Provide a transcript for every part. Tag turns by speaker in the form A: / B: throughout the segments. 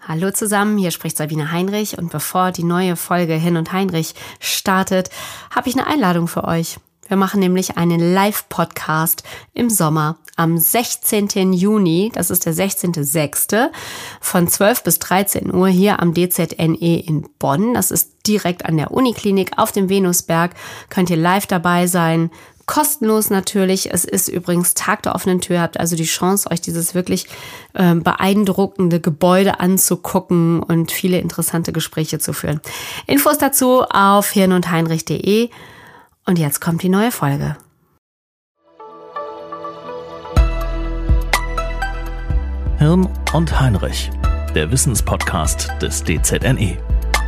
A: Hallo zusammen, hier spricht Sabine Heinrich und bevor die neue Folge Hin und Heinrich startet, habe ich eine Einladung für euch. Wir machen nämlich einen Live-Podcast im Sommer am 16. Juni, das ist der 16.06. von 12 bis 13 Uhr hier am DZNE in Bonn. Das ist direkt an der Uniklinik auf dem Venusberg. Könnt ihr live dabei sein. Kostenlos natürlich. Es ist übrigens Tag der offenen Tür. Ihr habt also die Chance, euch dieses wirklich beeindruckende Gebäude anzugucken und viele interessante Gespräche zu führen. Infos dazu auf hirnundheinrich.de. Und jetzt kommt die neue Folge.
B: Hirn und Heinrich, der Wissenspodcast des DZNE.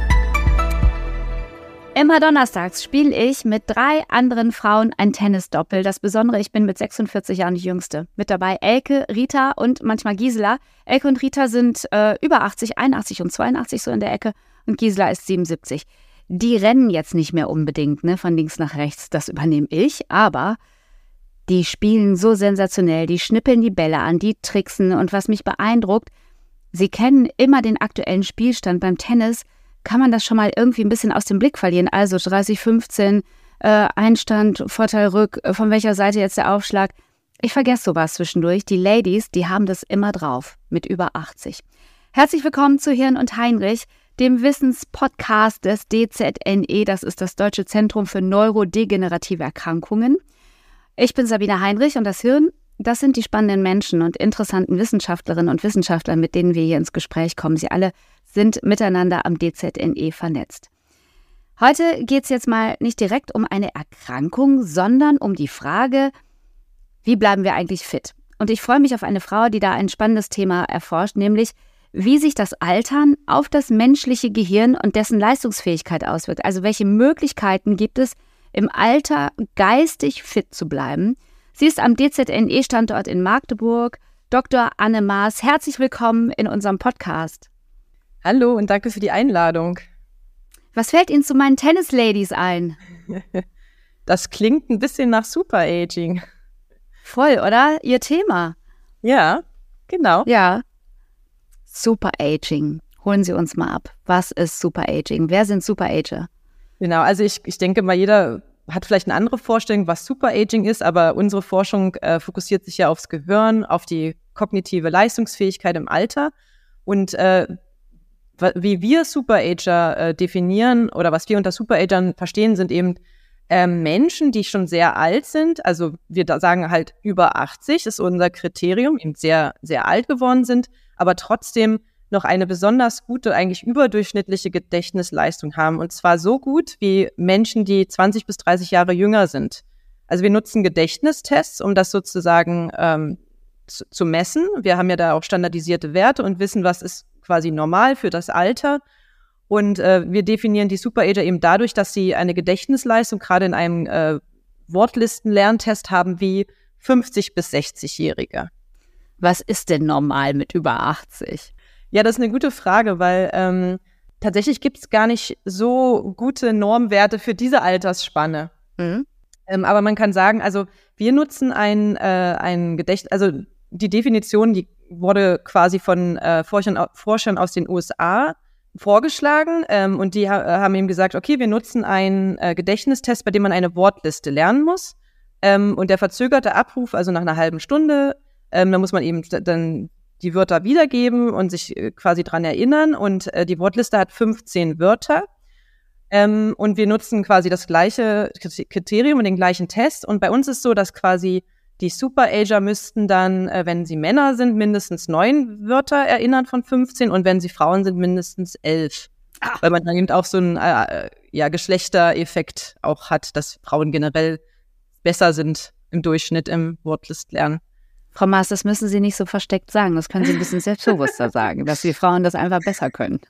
C: Immer donnerstags spiele ich mit 3 anderen Frauen ein Tennisdoppel. Das Besondere, ich bin mit 46 Jahren die Jüngste. Mit dabei Elke, Rita und manchmal Gisela. Elke und Rita sind über 80, 81 und 82 so in der Ecke. Und Gisela ist 77. Die rennen jetzt nicht mehr unbedingt, ne, von links nach rechts. Das übernehme ich. Aber die spielen so sensationell. Die schnippeln die Bälle an, die tricksen. Und was mich beeindruckt, sie kennen immer den aktuellen Spielstand beim Tennis. Kann man das schon mal irgendwie ein bisschen aus dem Blick verlieren. Also 30-15, Einstand, Vorteil Rück, von welcher Seite jetzt der Aufschlag. Ich vergesse sowas zwischendurch. Die Ladies, die haben das immer drauf, mit über 80. Herzlich willkommen zu Hirn und Heinrich, dem Wissenspodcast des DZNE. Das ist das Deutsche Zentrum für neurodegenerative Erkrankungen. Ich bin Sabine Heinrich und das Hirn, das sind die spannenden Menschen und interessanten Wissenschaftlerinnen und Wissenschaftler, mit denen wir hier ins Gespräch kommen. Sie alle sind miteinander am DZNE vernetzt. Heute geht es jetzt mal nicht direkt um eine Erkrankung, sondern um die Frage, wie bleiben wir eigentlich fit? Und ich freue mich auf eine Frau, die da ein spannendes Thema erforscht, nämlich wie sich das Altern auf das menschliche Gehirn und dessen Leistungsfähigkeit auswirkt. Also welche Möglichkeiten gibt es, im Alter geistig fit zu bleiben? Sie ist am DZNE-Standort in Magdeburg. Dr. Anne Maas, herzlich willkommen in unserem Podcast.
D: Hallo und danke für die Einladung.
C: Was fällt Ihnen zu meinen Tennis-Ladies ein?
D: Das klingt ein bisschen nach Superaging.
C: Voll, oder? Ihr Thema.
D: Ja, genau.
C: Ja. Superaging. Holen Sie uns mal ab. Was ist Superaging? Wer sind Superager?
D: Genau, also ich denke mal, jeder hat vielleicht eine andere Vorstellung, was Superaging ist, aber unsere Forschung fokussiert sich ja aufs Gehirn, auf die kognitive Leistungsfähigkeit im Alter. Und wie wir Superager definieren oder was wir unter Superagern verstehen, sind eben Menschen, die schon sehr alt sind. Also wir sagen halt über 80 ist unser Kriterium, eben sehr, sehr alt geworden sind, aber trotzdem noch eine besonders gute, eigentlich überdurchschnittliche Gedächtnisleistung haben. Und zwar so gut wie Menschen, die 20 bis 30 Jahre jünger sind. Also wir nutzen Gedächtnistests, um das sozusagen zu messen. Wir haben ja da auch standardisierte Werte und wissen, was ist quasi normal für das Alter. Und wir definieren die Superager eben dadurch, dass sie eine Gedächtnisleistung gerade in einem Wortlistenlerntest haben wie 50- bis 60-Jährige.
C: Was ist denn normal mit über 80?
D: Ja, das ist eine gute Frage, weil tatsächlich gibt es gar nicht so gute Normwerte für diese Altersspanne. Mhm. Aber man kann sagen, also wir nutzen ein Gedächtnis, also die Definition, die wurde quasi von Forschern aus den USA vorgeschlagen und die haben eben gesagt, okay, wir nutzen einen Gedächtnistest, bei dem man eine Wortliste lernen muss und der verzögerte Abruf, also nach einer halben Stunde, da muss man eben dann die Wörter wiedergeben und sich quasi dran erinnern und die Wortliste hat 15 Wörter und wir nutzen quasi das gleiche Kriterium und den gleichen Test und bei uns ist so, dass quasi die Superager müssten dann, wenn sie Männer sind, mindestens 9 Wörter erinnern von 15 und wenn sie Frauen sind, mindestens 11. Weil man dann eben auch so einen Geschlechtereffekt auch hat, dass Frauen generell besser sind im Durchschnitt im Wortlistlernen.
C: Frau Maas, das müssen Sie nicht so versteckt sagen. Das können Sie ein bisschen selbstbewusster sagen, dass die Frauen das einfach besser können.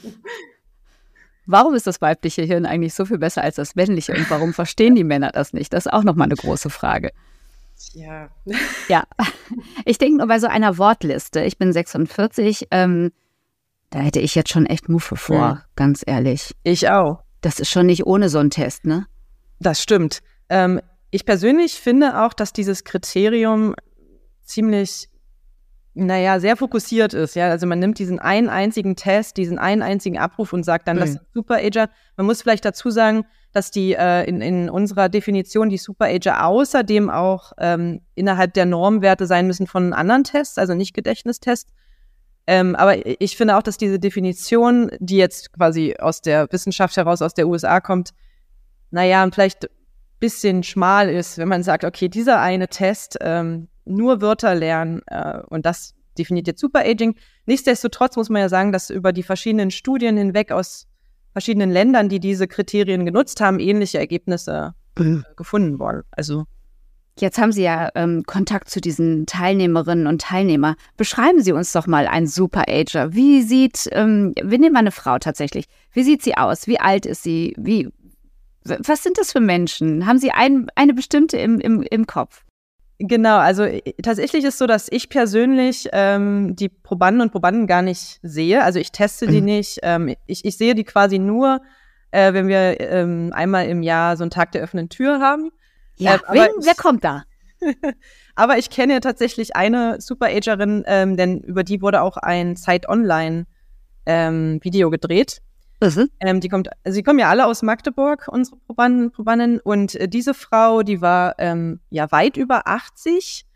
C: Warum ist das weibliche Hirn eigentlich so viel besser als das männliche und warum verstehen die Männer das nicht? Das ist auch nochmal eine große Frage.
D: Ja.
C: Ja, ich denke nur bei so einer Wortliste, ich bin 46, da hätte ich jetzt schon echt Muffe vor, ganz ehrlich.
D: Ich auch.
C: Das ist schon nicht ohne so einen Test, ne?
D: Das stimmt. Ich persönlich finde auch, dass dieses Kriterium ziemlich sehr fokussiert ist. Ja, also man nimmt diesen einen einzigen Test, diesen einen einzigen Abruf und sagt dann, das ist Superager. Man muss vielleicht dazu sagen, dass die in unserer Definition die Superager außerdem auch innerhalb der Normwerte sein müssen von anderen Tests, also nicht Gedächtnistests. Aber ich finde auch, dass diese Definition, die jetzt quasi aus der Wissenschaft heraus, aus der USA kommt, vielleicht ein bisschen schmal ist, wenn man sagt, okay, dieser eine Test, nur Wörter lernen und das definiert jetzt Superaging. Nichtsdestotrotz muss man ja sagen, dass über die verschiedenen Studien hinweg aus verschiedenen Ländern, die diese Kriterien genutzt haben, ähnliche Ergebnisse gefunden wurden. Also
C: jetzt haben Sie ja Kontakt zu diesen Teilnehmerinnen und Teilnehmern. Beschreiben Sie uns doch mal einen Superager. Wir nehmen mal eine Frau tatsächlich. Wie sieht sie aus? Wie alt ist sie? Was sind das für Menschen? Haben Sie eine bestimmte im Kopf?
D: Genau, also tatsächlich ist so, dass ich persönlich die Probanden und Probanden gar nicht sehe. Also ich teste die nicht. Ich sehe die quasi nur, wenn wir einmal im Jahr so einen Tag der offenen Tür haben.
C: Ja, wer kommt da?
D: Aber ich kenne tatsächlich eine Superagerin, denn über die wurde auch ein Zeit Online Video gedreht. Die kommen ja alle aus Magdeburg, unsere Probanden. Und diese Frau, die war weit über 80,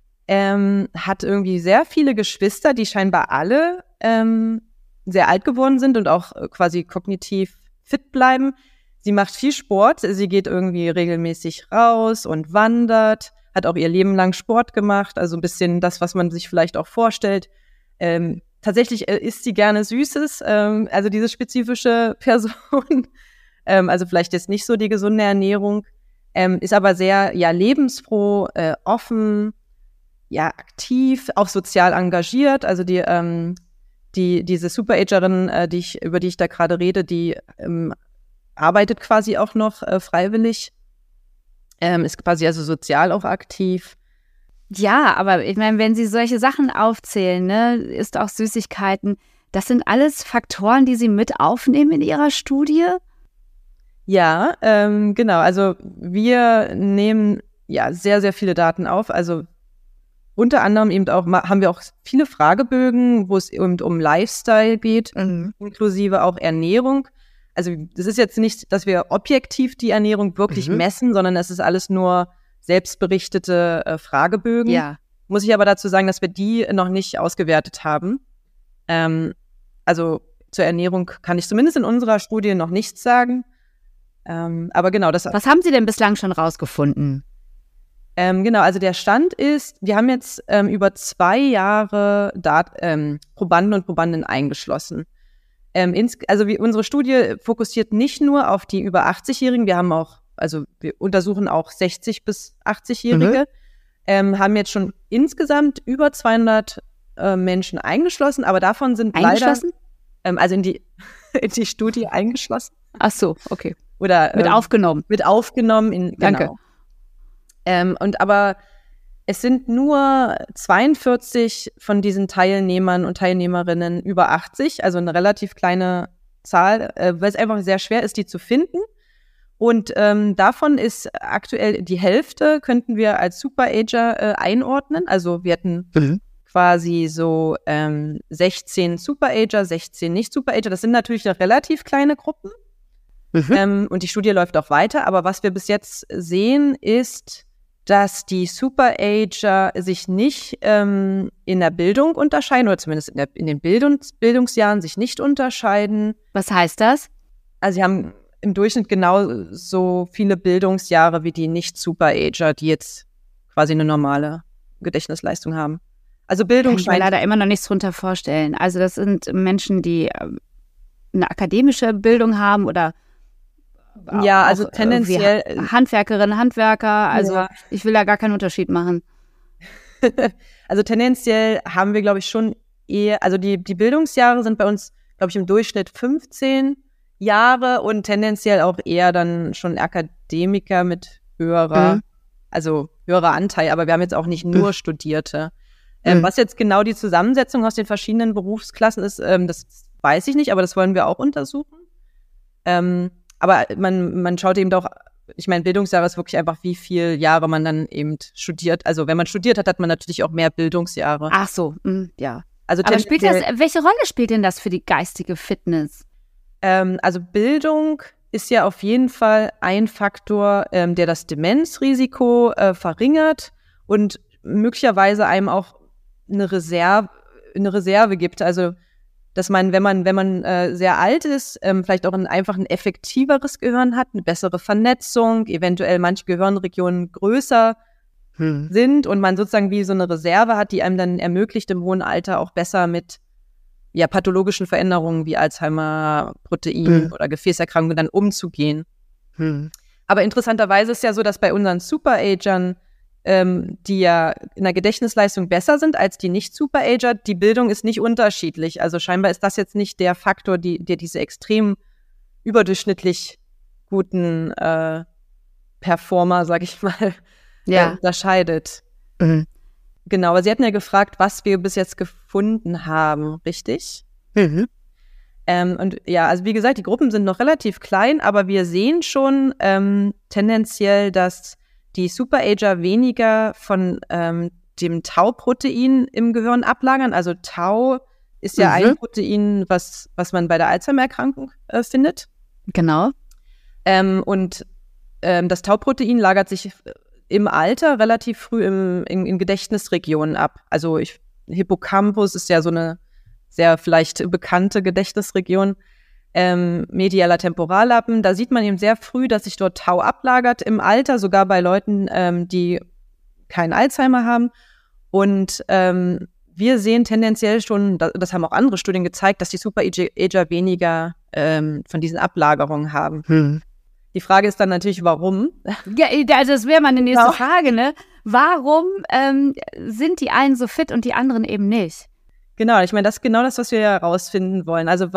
D: hat irgendwie sehr viele Geschwister, die scheinbar alle sehr alt geworden sind und auch quasi kognitiv fit bleiben. Sie macht viel Sport, sie geht irgendwie regelmäßig raus und wandert, hat auch ihr Leben lang Sport gemacht, also ein bisschen das, was man sich vielleicht auch vorstellt. Tatsächlich isst sie gerne Süßes, also diese spezifische Person, also vielleicht jetzt nicht so die gesunde Ernährung, ist aber sehr lebensfroh, offen, aktiv, auch sozial engagiert. Also diese Superagerin, über die ich da gerade rede, die arbeitet quasi auch noch freiwillig, ist quasi also sozial auch aktiv.
C: Ja, aber ich meine, wenn Sie solche Sachen aufzählen, ne, isst auch Süßigkeiten, das sind alles Faktoren, die Sie mit aufnehmen in Ihrer Studie?
D: Ja, genau. Also wir nehmen sehr, sehr viele Daten auf. Also unter anderem eben auch haben wir auch viele Fragebögen, wo es eben um Lifestyle geht, inklusive auch Ernährung. Also das ist jetzt nicht, dass wir objektiv die Ernährung wirklich messen, sondern es ist alles nur selbstberichtete Fragebögen.
C: Ja.
D: Muss ich aber dazu sagen, dass wir die noch nicht ausgewertet haben. Also zur Ernährung kann ich zumindest in unserer Studie noch nichts sagen. Aber genau das.
C: Was haben Sie denn bislang schon rausgefunden?
D: Genau, also der Stand ist, wir haben jetzt über 2 Jahre Probanden und Probandinnen eingeschlossen. Unsere Studie fokussiert nicht nur auf die über 80-Jährigen, wir untersuchen auch 60- bis 80-Jährige, haben jetzt schon insgesamt über 200 Menschen eingeschlossen, aber davon sind
C: eingeschlossen?
D: Leider, in die Studie eingeschlossen.
C: Ach so, okay.
D: Oder
C: mit aufgenommen.
D: Mit aufgenommen,
C: Danke.
D: Genau. Aber es sind nur 42 von diesen Teilnehmern und Teilnehmerinnen über 80, also eine relativ kleine Zahl, weil es einfach sehr schwer ist, die zu finden. Und davon ist aktuell die Hälfte, könnten wir als Superager einordnen. Also wir hätten quasi so 16 Superager, 16 Nicht-Superager. Das sind natürlich noch relativ kleine Gruppen. Und die Studie läuft auch weiter. Aber was wir bis jetzt sehen, ist, dass die Superager sich nicht in der Bildung unterscheiden, oder zumindest in den Bildungsjahren sich nicht unterscheiden.
C: Was heißt das?
D: Also sie haben im Durchschnitt genauso viele Bildungsjahre wie die Nicht-Superager, die jetzt quasi eine normale Gedächtnisleistung haben. Also Bildung
C: kann ich mir leider immer noch nichts drunter vorstellen. Also das sind Menschen, die eine akademische Bildung haben oder
D: also tendenziell
C: Handwerkerinnen, Handwerker. Also ich will da gar keinen Unterschied machen.
D: Also tendenziell haben wir, glaube ich, schon eher, also die Bildungsjahre sind bei uns, glaube ich, im Durchschnitt 15 Jahre und tendenziell auch eher dann schon Akademiker mit höherer Anteil, aber wir haben jetzt auch nicht nur Studierte. Was jetzt genau die Zusammensetzung aus den verschiedenen Berufsklassen ist, das weiß ich nicht, aber das wollen wir auch untersuchen. Aber man schaut eben auch ich meine, Bildungsjahre ist wirklich einfach, wie viele Jahre man dann eben studiert. Also wenn man studiert hat, hat man natürlich auch mehr Bildungsjahre.
C: Ach so, ja.
D: Also
C: aber welche Rolle spielt denn das für die geistige Fitness?
D: Also Bildung ist ja auf jeden Fall ein Faktor, der das Demenzrisiko verringert und möglicherweise einem auch eine Reserve gibt. Also dass man, wenn man sehr alt ist, vielleicht auch einfach ein effektiveres Gehirn hat, eine bessere Vernetzung, eventuell manche Gehirnregionen größer sind und man sozusagen wie so eine Reserve hat, die einem dann ermöglicht, im hohen Alter auch besser mit pathologischen Veränderungen wie Alzheimer, Protein oder Gefäßerkrankungen dann umzugehen. Aber interessanterweise ist ja so, dass bei unseren Superagern, die ja in der Gedächtnisleistung besser sind als die Nicht-Superager, die Bildung ist nicht unterschiedlich. Also scheinbar ist das jetzt nicht der Faktor, der diese extrem überdurchschnittlich guten Performer, sag ich mal, unterscheidet. Genau, aber Sie hatten ja gefragt, was wir bis jetzt gefunden haben, richtig? Und ja, also wie gesagt, die Gruppen sind noch relativ klein, aber wir sehen schon tendenziell, dass die Superager weniger von dem Tau-Protein im Gehirn ablagern. Also Tau ist ja ein Protein, was man bei der Alzheimer-Erkrankung findet.
C: Genau.
D: Und das Tau-Protein lagert sich im Alter relativ früh in Gedächtnisregionen ab. Also Hippocampus ist ja so eine sehr vielleicht bekannte Gedächtnisregion. Medialer Temporallappen, da sieht man eben sehr früh, dass sich dort Tau ablagert im Alter, sogar bei Leuten, die keinen Alzheimer haben. Und wir sehen tendenziell schon, das haben auch andere Studien gezeigt, dass die Superager weniger von diesen Ablagerungen haben. Die Frage ist dann natürlich, warum?
C: Ja, also das wäre meine nächste Frage, ne? Warum sind die einen so fit und die anderen eben nicht?
D: Genau, ich meine, das ist genau das, was wir herausfinden wollen. Also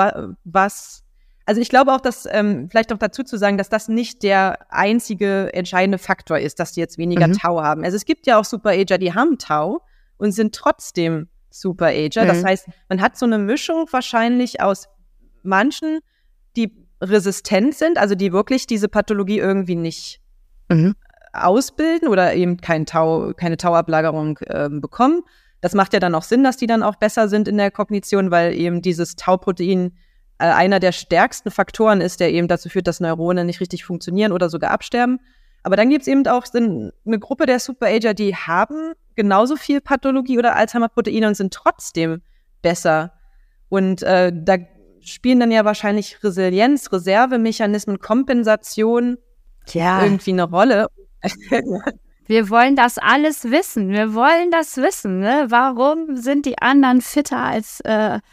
D: ich glaube auch, dass vielleicht auch dazu zu sagen, dass das nicht der einzige entscheidende Faktor ist, dass die jetzt weniger Tau haben. Also es gibt ja auch Superager, die haben Tau und sind trotzdem Superager. Das heißt, man hat so eine Mischung wahrscheinlich aus manchen, die resistent sind, also die wirklich diese Pathologie irgendwie nicht ausbilden oder eben keine Tauablagerung bekommen. Das macht ja dann auch Sinn, dass die dann auch besser sind in der Kognition, weil eben dieses Tau-Protein einer der stärksten Faktoren ist, der eben dazu führt, dass Neurone nicht richtig funktionieren oder sogar absterben. Aber dann gibt es eben auch eine Gruppe der Superager, die haben genauso viel Pathologie oder Alzheimer-Proteine und sind trotzdem besser. Und da spielen dann ja wahrscheinlich Resilienz, Reservemechanismen, Kompensation irgendwie eine Rolle.
C: Wir wollen das alles wissen. Wir wollen das wissen. Ne? Warum sind die anderen fitter als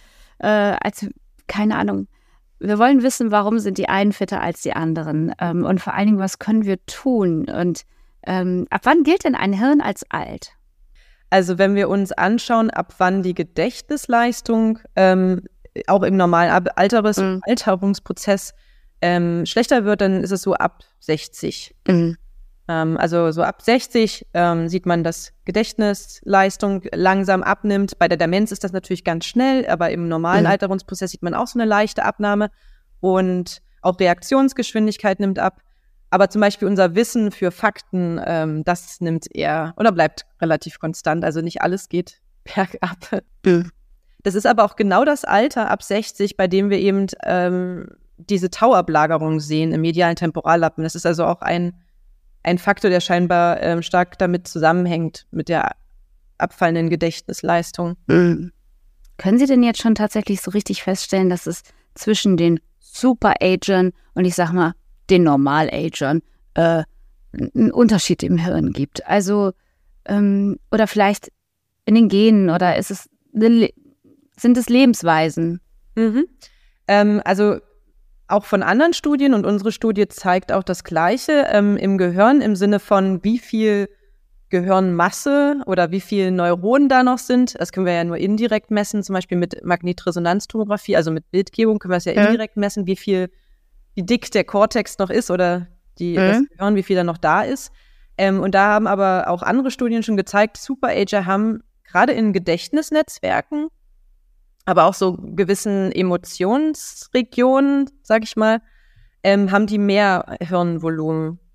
C: keine Ahnung. Wir wollen wissen, warum sind die einen fitter als die anderen. Und vor allen Dingen, was können wir tun? Und ab wann gilt denn ein Hirn als alt?
D: Also wenn wir uns anschauen, ab wann die Gedächtnisleistung auch im normalen Alterungsprozess schlechter wird, dann ist es so ab 60. Also so ab 60 sieht man, dass Gedächtnisleistung langsam abnimmt. Bei der Demenz ist das natürlich ganz schnell, aber im normalen Alterungsprozess sieht man auch so eine leichte Abnahme. Und auch Reaktionsgeschwindigkeit nimmt ab. Aber zum Beispiel unser Wissen für Fakten, das nimmt eher oder bleibt relativ konstant. Also nicht alles geht bergab. Das ist aber auch genau das Alter ab 60, bei dem wir eben diese Tauablagerung sehen im medialen Temporallappen. Das ist also auch ein Faktor, der scheinbar stark damit zusammenhängt, mit der abfallenden Gedächtnisleistung.
C: Können Sie denn jetzt schon tatsächlich so richtig feststellen, dass es zwischen den Superagern und ich sag mal den Normalagern einen Unterschied im Hirn gibt? Also oder vielleicht in den Genen oder sind es Lebensweisen?
D: Also auch von anderen Studien und unsere Studie zeigt auch das Gleiche im Gehirn im Sinne von wie viel Gehirnmasse oder wie viel Neuronen da noch sind. Das können wir ja nur indirekt messen, zum Beispiel mit Magnetresonanztomographie, also mit Bildgebung können wir es ja indirekt messen, wie dick der Kortex noch ist oder das Gehirn, wie viel da noch da ist. Und da haben aber auch andere Studien schon gezeigt, Superager haben gerade in Gedächtnisnetzwerken, aber auch so gewissen Emotionsregionen, sag ich mal, haben die mehr Hirnvolumen.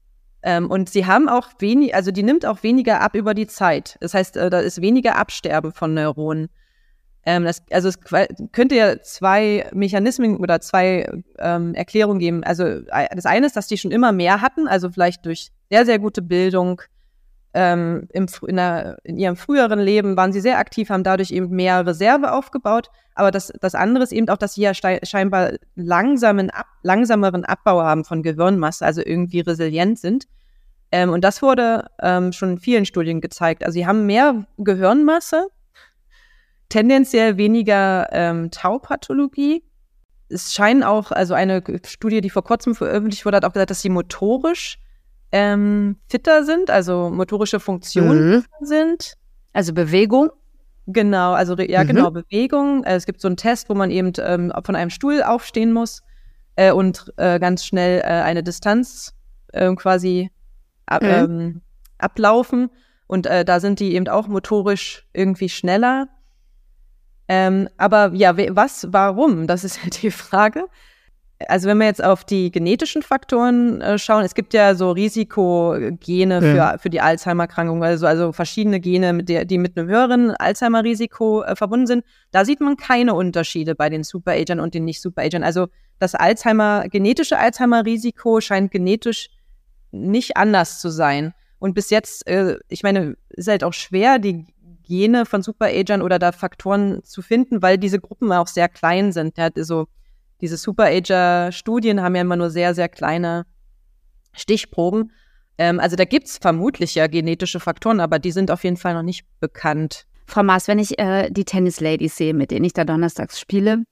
D: Und sie haben auch also die nimmt auch weniger ab über die Zeit. Das heißt, da ist weniger Absterben von Neuronen. Es könnte ja 2 Mechanismen oder 2 Erklärungen geben. Also das eine ist, dass die schon immer mehr hatten, also vielleicht durch sehr, sehr gute Bildung. In ihrem früheren Leben waren sie sehr aktiv, haben dadurch eben mehr Reserve aufgebaut. Aber das andere ist eben auch, dass sie ja scheinbar langsameren Abbau haben von Gehirnmasse, also irgendwie resilient sind. Und das wurde schon in vielen Studien gezeigt. Also sie haben mehr Gehirnmasse, tendenziell weniger Taupathologie. Es scheinen auch, also eine Studie, die vor kurzem veröffentlicht wurde, hat auch gesagt, dass sie motorisch fitter sind, also motorische Funktionen sind.
C: Also Bewegung?
D: Genau, also genau, Bewegung. Es gibt so einen Test, wo man eben von einem Stuhl aufstehen muss und ganz schnell eine Distanz quasi ablaufen. Und da sind die eben auch motorisch irgendwie schneller. Aber ja, warum? Das ist ja die Frage. Also wenn wir jetzt auf die genetischen Faktoren schauen, es gibt ja so Risikogene für die Alzheimer-Erkrankung, also verschiedene Gene, die mit einem höheren Alzheimer-Risiko verbunden sind. Da sieht man keine Unterschiede bei den Superagern und den Nicht-Superagern. Also das genetische Alzheimer-Risiko scheint genetisch nicht anders zu sein. Und bis jetzt, ich meine, ist halt auch schwer, die Gene von Superagern oder da Faktoren zu finden, weil diese Gruppen auch sehr klein sind. Diese Superager-Studien haben ja immer nur sehr, sehr kleine Stichproben. Also da gibt es vermutlich ja genetische Faktoren, aber die sind auf jeden Fall noch nicht bekannt.
C: Frau Maas, wenn ich die Tennis-Ladies sehe, mit denen ich da donnerstags spiele,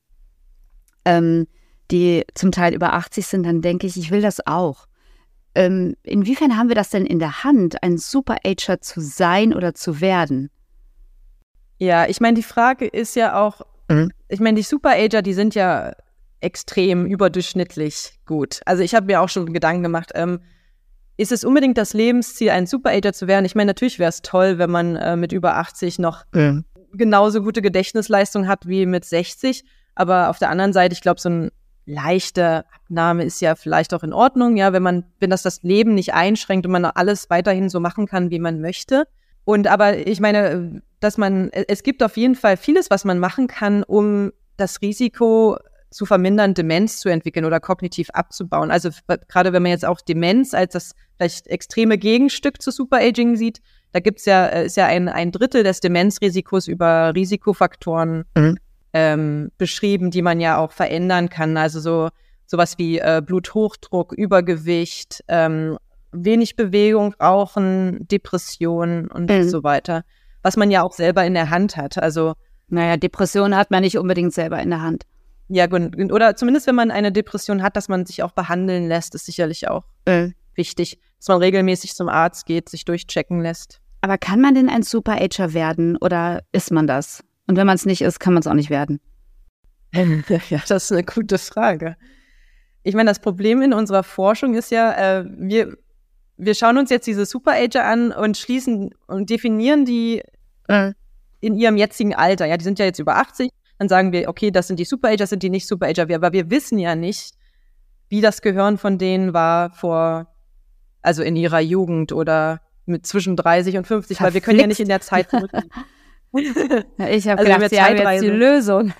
C: die zum Teil über 80 sind, dann denke ich will das auch. Inwiefern haben wir das denn in der Hand, ein Superager zu sein oder zu werden?
D: Ja, ich meine, die Frage ist ja auch, ich meine, die Superager, die sind ja extrem überdurchschnittlich gut. Also ich habe mir auch schon Gedanken gemacht, ist es unbedingt das Lebensziel, ein Superager zu werden? Ich meine, natürlich wäre es toll, wenn man mit über 80 noch genauso gute Gedächtnisleistung hat wie mit 60. Aber auf der anderen Seite, ich glaube, so eine leichte Abnahme ist ja vielleicht auch in Ordnung, ja, wenn das Leben nicht einschränkt und man alles weiterhin so machen kann, wie man möchte. Aber ich meine, es gibt auf jeden Fall vieles, was man machen kann, um das Risiko zu vermindern, Demenz zu entwickeln oder kognitiv abzubauen. Also gerade wenn man jetzt auch Demenz als das vielleicht extreme Gegenstück zu Superaging sieht, da ist ja ein Drittel des Demenzrisikos über Risikofaktoren beschrieben, die man ja auch verändern kann. Also sowas wie Bluthochdruck, Übergewicht, wenig Bewegung, Rauchen, Depression und so weiter. Was man ja auch selber in der Hand hat. Also
C: Depression hat man nicht unbedingt selber in der Hand.
D: Ja, oder zumindest, wenn man eine Depression hat, dass man sich auch behandeln lässt, ist sicherlich auch wichtig, dass man regelmäßig zum Arzt geht, sich durchchecken lässt.
C: Aber kann man denn ein Superager werden oder ist man das? Und wenn man es nicht ist, kann man es auch nicht werden?
D: Ja, das ist eine gute Frage. Ich meine, das Problem in unserer Forschung ist ja, wir schauen uns jetzt diese Superager an und schließen und definieren die in ihrem jetzigen Alter. Ja, die sind ja jetzt über 80. Dann sagen wir, okay, das sind die Superager, das sind die nicht Superager. Aber wir wissen ja nicht, wie das Gehirn von denen war also in ihrer Jugend oder mit zwischen 30 und 50, weil wir können ja nicht in der Zeit zurückgehen.
C: Ich habe gedacht, Sie haben jetzt die Lösung.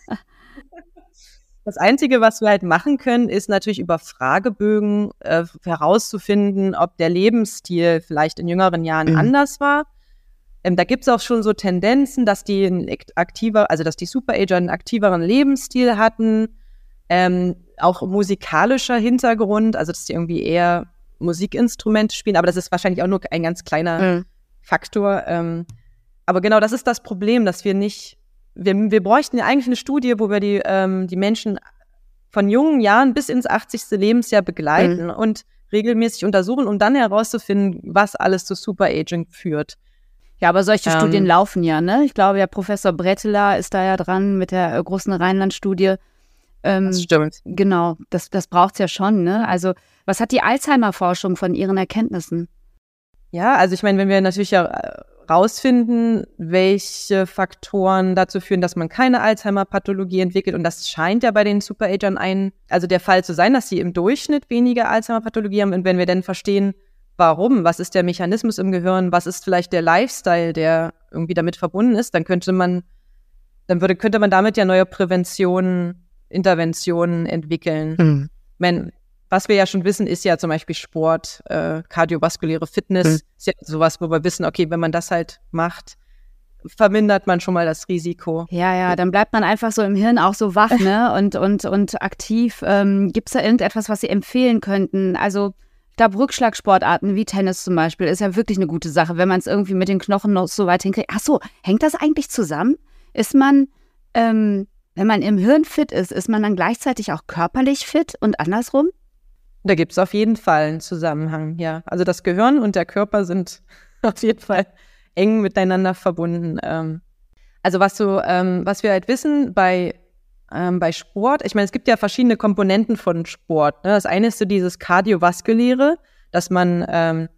D: Das Einzige, was wir halt machen können, ist natürlich über Fragebögen herauszufinden, ob der Lebensstil vielleicht in jüngeren Jahren anders war. Da gibt es auch schon so Tendenzen, dass die dass die Superager einen aktiveren Lebensstil hatten, auch musikalischer Hintergrund, also dass die irgendwie eher Musikinstrumente spielen, aber das ist wahrscheinlich auch nur ein ganz kleiner Faktor. Aber genau, das ist das Problem, dass wir bräuchten ja eigentlich eine Studie, wo wir die Menschen von jungen Jahren bis ins 80. Lebensjahr begleiten und regelmäßig untersuchen, um dann herauszufinden, was alles zu Superaging führt.
C: Ja, aber solche Studien laufen ja, ne? Ich glaube, ja, Professor Bretela ist da ja dran mit der großen Rheinland-Studie.
D: Das stimmt.
C: Genau, das braucht's ja schon, ne? Also, was hat die Alzheimer-Forschung von ihren Erkenntnissen?
D: Ja, also ich meine, wenn wir natürlich ja rausfinden, welche Faktoren dazu führen, dass man keine Alzheimer-Pathologie entwickelt, und das scheint ja bei den Superagern der Fall zu sein, dass sie im Durchschnitt weniger Alzheimer-Pathologie haben, und wenn wir dann verstehen, warum, was ist der Mechanismus im Gehirn, was ist vielleicht der Lifestyle, der irgendwie damit verbunden ist, dann könnte man damit ja neue Interventionen entwickeln. Was wir ja schon wissen, ist ja zum Beispiel Sport, kardiovaskuläre Fitness, ist ja sowas, wo wir wissen, okay, wenn man das halt macht, vermindert man schon mal das Risiko.
C: Ja, dann bleibt man einfach so im Hirn auch so wach, ne? und aktiv. Gibt es da irgendetwas, was Sie empfehlen könnten? Also ich glaube, Rückschlagsportarten wie Tennis zum Beispiel ist ja wirklich eine gute Sache, wenn man es irgendwie mit den Knochen noch so weit hinkriegt. Ach so, hängt das eigentlich zusammen? Ist man, wenn man im Hirn fit ist man dann gleichzeitig auch körperlich fit und andersrum?
D: Da gibt es auf jeden Fall einen Zusammenhang, ja. Also das Gehirn und der Körper sind auf jeden Fall eng miteinander verbunden. Also was wir halt wissen bei Sport, ich meine, es gibt ja verschiedene Komponenten von Sport. Ne? Das eine ist so dieses Kardiovaskuläre, dass man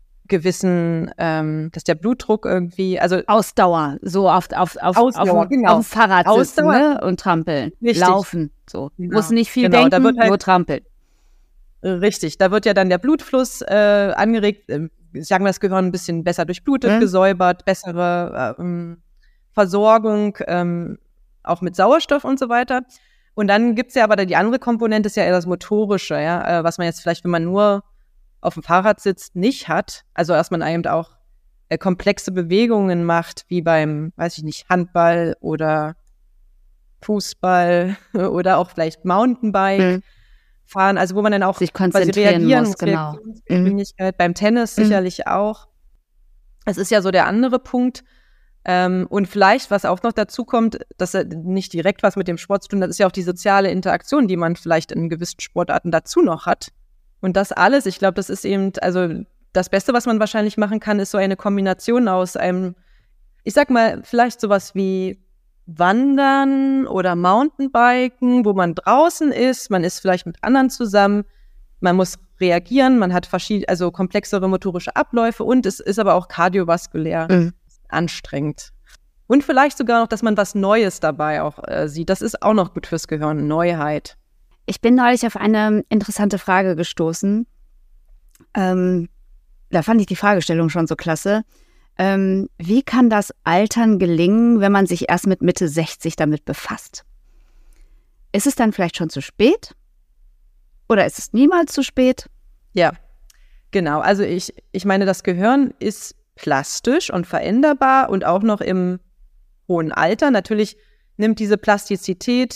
D: dass der Blutdruck irgendwie, also
C: Ausdauer, so auf
D: Ausdauer, genau.
C: dem Fahrrad sitzen, ne? Und trampeln,
D: Richtig.
C: Laufen, so.
D: Genau.
C: Muss nicht viel
D: Genau,
C: denken, nur trampeln.
D: Richtig, da wird ja dann der Blutfluss angeregt, sagen wir, das Gehirn ein bisschen besser durchblutet, gesäubert, bessere Versorgung, auch mit Sauerstoff und so weiter. Und dann gibt's ja aber die andere Komponente, ist ja eher das Motorische, ja, was man jetzt vielleicht, wenn man nur auf dem Fahrrad sitzt, nicht hat. Also dass man eben auch komplexe Bewegungen macht, wie beim, weiß ich nicht, Handball oder Fußball oder auch vielleicht Mountainbike fahren, also wo man dann auch
C: sich konzentrieren muss, genau.
D: Reaktionsgeschwindigkeit, beim Tennis sicherlich auch. Es ist ja so der andere Punkt. Und vielleicht, was auch noch dazu kommt, dass er nicht direkt was mit dem Sport zu tun hat, ist ja auch die soziale Interaktion, die man vielleicht in gewissen Sportarten dazu noch hat. Und das alles, ich glaube, das ist eben, also das Beste, was man wahrscheinlich machen kann, ist so eine Kombination aus einem, ich sag mal, vielleicht sowas wie Wandern oder Mountainbiken, wo man draußen ist, man ist vielleicht mit anderen zusammen, man muss reagieren, man hat also komplexere motorische Abläufe und es ist aber auch kardiovaskulär anstrengend. Und vielleicht sogar noch, dass man was Neues dabei auch sieht. Das ist auch noch gut fürs Gehirn, Neuheit.
C: Ich bin neulich auf eine interessante Frage gestoßen. Da fand ich die Fragestellung schon so klasse. Wie kann das Altern gelingen, wenn man sich erst mit Mitte 60 damit befasst? Ist es dann vielleicht schon zu spät? Oder ist es niemals zu spät?
D: Ja, genau. Also ich meine, das Gehirn ist plastisch und veränderbar und auch noch im hohen Alter. Natürlich nimmt diese Plastizität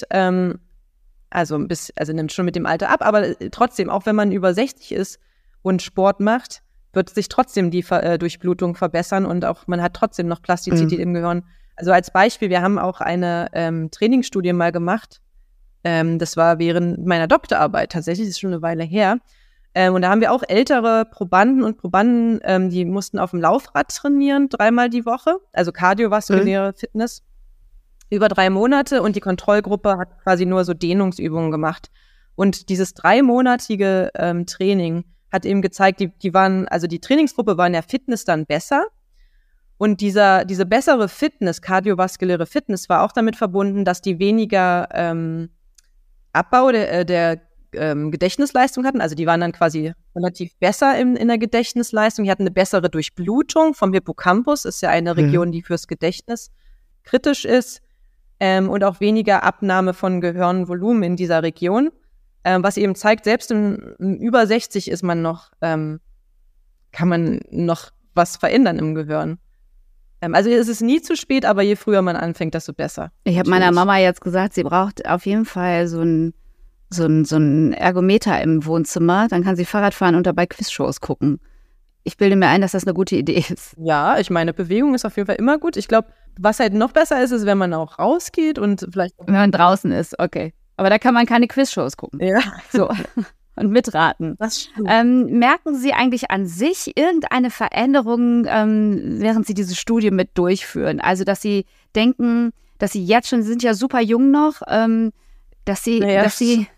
D: nimmt schon mit dem Alter ab, aber trotzdem, auch wenn man über 60 ist und Sport macht, wird sich trotzdem die Durchblutung verbessern und auch man hat trotzdem noch Plastizität im Gehirn. Also als Beispiel, wir haben auch eine Trainingsstudie mal gemacht. Das war während meiner Doktorarbeit, tatsächlich, das ist schon eine Weile her. Und da haben wir auch ältere Probanden und Probanden, die mussten auf dem Laufrad trainieren, 3-mal die Woche, also kardiovaskuläre Fitness, über 3 Monate. Und die Kontrollgruppe hat quasi nur so Dehnungsübungen gemacht. Und dieses 3-monatige Training hat eben gezeigt, die Trainingsgruppe war in der Fitness dann besser. Und diese bessere Fitness, kardiovaskuläre Fitness, war auch damit verbunden, dass die weniger Abbau der Gedächtnisleistung hatten. Also die waren dann quasi relativ besser in der Gedächtnisleistung. Die hatten eine bessere Durchblutung vom Hippocampus, ist ja eine Region, die fürs Gedächtnis kritisch ist. Und auch weniger Abnahme von Gehirnvolumen in dieser Region. Was eben zeigt, selbst über 60 ist man noch, kann man noch was verändern im Gehirn. Also es ist nie zu spät, aber je früher man anfängt, desto besser.
C: Ich habe meiner Mama jetzt gesagt, sie braucht auf jeden Fall so ein Ergometer im Wohnzimmer. Dann kann sie Fahrrad fahren und dabei Quizshows gucken. Ich bilde mir ein, dass das eine gute Idee ist.
D: Ja, ich meine, Bewegung ist auf jeden Fall immer gut. Ich glaube, was halt noch besser ist, wenn man auch rausgeht und vielleicht...
C: Wenn man draußen ist, okay. Aber da kann man keine Quizshows gucken.
D: Ja.
C: So. Und mitraten.
D: Das stimmt.
C: Merken Sie eigentlich an sich irgendeine Veränderung, während Sie diese Studie mit durchführen? Also, dass Sie denken, dass Sie jetzt schon, Sie sind ja super jung noch, dass Sie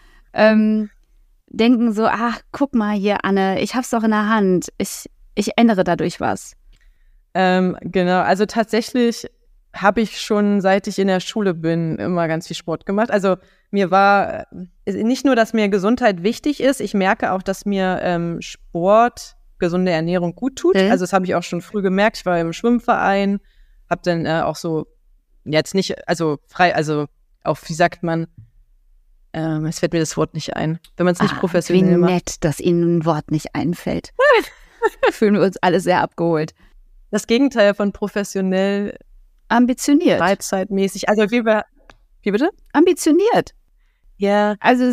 C: denken so, ach, guck mal hier, Anne, ich hab's doch in der Hand. Ich ändere dadurch was.
D: Genau, also tatsächlich habe ich schon, seit ich in der Schule bin, immer ganz viel Sport gemacht. Also mir war nicht nur, dass mir Gesundheit wichtig ist, ich merke auch, dass mir Sport gesunde Ernährung gut tut. Also das habe ich auch schon früh gemerkt. Ich war im Schwimmverein, habe dann auch so, jetzt nicht, also frei, also auch, wie sagt man, es fällt mir das Wort nicht ein, wenn man es nicht professionell macht.
C: Wie nett, dass Ihnen ein Wort nicht einfällt. Fühlen wir uns alle sehr abgeholt.
D: Das Gegenteil von professionell.
C: Ambitioniert.
D: Freizeitmäßig. Also wie bitte?
C: Ambitioniert.
D: Ja.
C: Also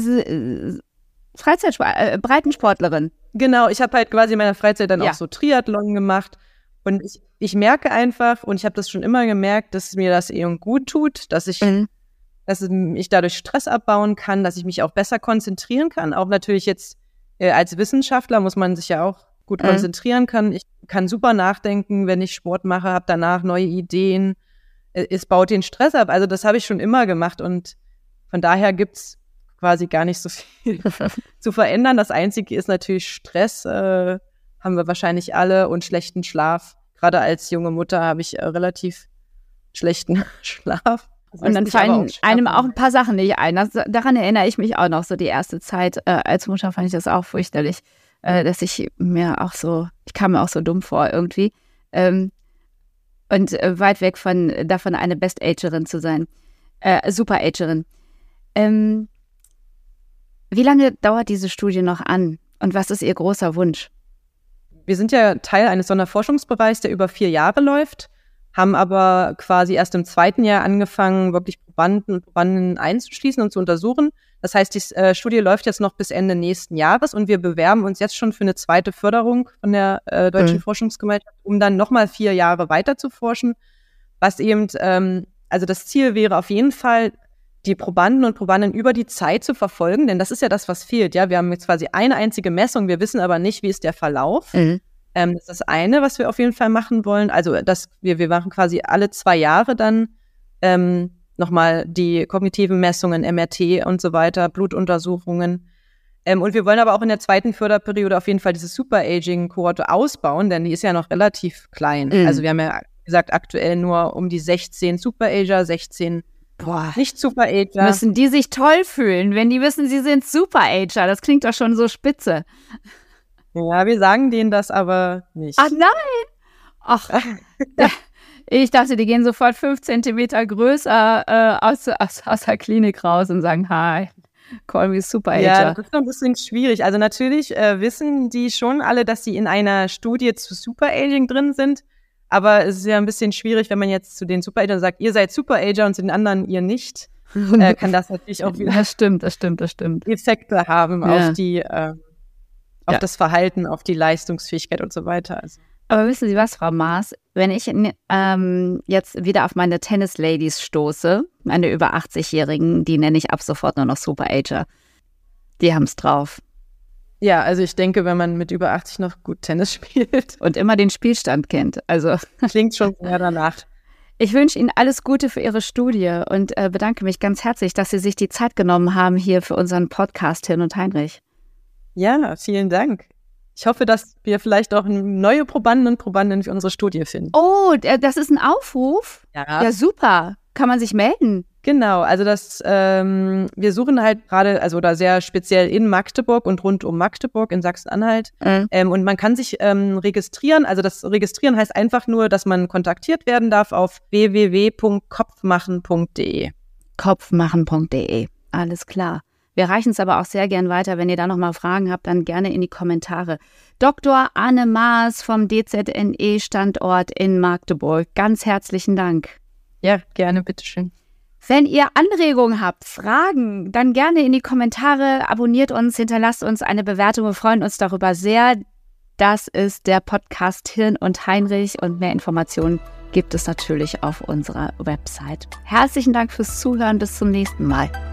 C: Breitensportlerin.
D: Genau, ich habe halt quasi in meiner Freizeit dann auch so Triathlon gemacht. Und ich merke einfach, und ich habe das schon immer gemerkt, dass mir das eben gut tut, dass ich dadurch Stress abbauen kann, dass ich mich auch besser konzentrieren kann. Auch natürlich jetzt als Wissenschaftler muss man sich ja auch gut konzentrieren können. Ich kann super nachdenken, wenn ich Sport mache, habe danach neue Ideen. Es baut den Stress ab. Also das habe ich schon immer gemacht und von daher gibt's quasi gar nicht so viel zu verändern. Das Einzige ist natürlich Stress, haben wir wahrscheinlich alle, und schlechten Schlaf. Gerade als junge Mutter habe ich relativ schlechten Schlaf.
C: Und dann fallen einem auch ein paar Sachen nicht ein. Daran erinnere ich mich auch noch, so die erste Zeit. Als Mutter fand ich das auch fürchterlich, dass ich kam mir auch so dumm vor irgendwie. Und weit weg davon, eine Best-Agerin zu sein. Super-Agerin. Wie lange dauert diese Studie noch an? Und was ist Ihr großer Wunsch?
D: Wir sind ja Teil eines Sonderforschungsbereichs, der über 4 Jahre läuft, haben aber quasi erst im 2. Jahr angefangen, wirklich Probanden und Probandinnen einzuschließen und zu untersuchen. Das heißt, die Studie läuft jetzt noch bis Ende nächsten Jahres und wir bewerben uns jetzt schon für eine zweite Förderung von der Deutschen Forschungsgemeinschaft, um dann nochmal 4 Jahre weiter zu forschen. Was eben, also das Ziel wäre auf jeden Fall, die Probanden und Probandinnen über die Zeit zu verfolgen, denn das ist ja das, was fehlt. Ja, wir haben jetzt quasi eine einzige Messung, wir wissen aber nicht, wie ist der Verlauf. Das ist das eine, was wir auf jeden Fall machen wollen. Also wir machen quasi alle 2 Jahre dann nochmal die kognitiven Messungen, MRT und so weiter, Blutuntersuchungen. Und wir wollen aber auch in der zweiten Förderperiode auf jeden Fall diese Super-Aging-Kohorte ausbauen, denn die ist ja noch relativ klein. Also wir haben ja gesagt, aktuell nur um die 16 Super-Ager, 16 nicht Super-Ager.
C: Müssen die sich toll fühlen, wenn die wissen, sie sind Super-Ager. Das klingt doch schon so spitze.
D: Ja, wir sagen denen das aber nicht.
C: Ach nein! Ach, ich dachte, die gehen sofort 5 Zentimeter größer aus der Klinik raus und sagen, hi, call me Super-Ager.
D: Ja, das ist noch ein bisschen schwierig. Also natürlich wissen die schon alle, dass sie in einer Studie zu Super-Aging drin sind. Aber es ist ja ein bisschen schwierig, wenn man jetzt zu den Super-Agern sagt, ihr seid Super-Ager und zu den anderen ihr nicht. Kann das natürlich auch wieder
C: das stimmt.
D: Effekte haben auf die auf das Verhalten, auf die Leistungsfähigkeit und so weiter. Also.
C: Aber wissen Sie was, Frau Maas? Wenn ich jetzt wieder auf meine Tennis-Ladies stoße, meine über 80-Jährigen, die nenne ich ab sofort nur noch Super-Ager. Die haben es drauf.
D: Ja, also ich denke, wenn man mit über 80 noch gut Tennis spielt.
C: Und immer den Spielstand kennt. Also
D: klingt schon sehr danach.
C: Ich wünsche Ihnen alles Gute für Ihre Studie und bedanke mich ganz herzlich, dass Sie sich die Zeit genommen haben hier für unseren Podcast Hirn und Heinrich.
D: Ja, vielen Dank. Ich hoffe, dass wir vielleicht auch neue Probanden und Probandinnen für unsere Studie finden.
C: Oh, das ist ein Aufruf?
D: Ja,
C: super. Kann man sich melden?
D: Genau, also wir suchen halt gerade, also da sehr speziell in Magdeburg und rund um Magdeburg in Sachsen-Anhalt. Und man kann sich registrieren. Also das Registrieren heißt einfach nur, dass man kontaktiert werden darf auf www.kopfmachen.de.
C: Kopfmachen.de, alles klar. Wir reichen es aber auch sehr gern weiter. Wenn ihr da nochmal Fragen habt, dann gerne in die Kommentare. Dr. Anne Maas vom DZNE-Standort in Magdeburg. Ganz herzlichen Dank.
D: Ja, gerne, bitteschön.
C: Wenn ihr Anregungen habt, Fragen, dann gerne in die Kommentare. Abonniert uns, hinterlasst uns eine Bewertung. Wir freuen uns darüber sehr. Das ist der Podcast Hirn und Heinrich und mehr Informationen gibt es natürlich auf unserer Website. Herzlichen Dank fürs Zuhören. Bis zum nächsten Mal.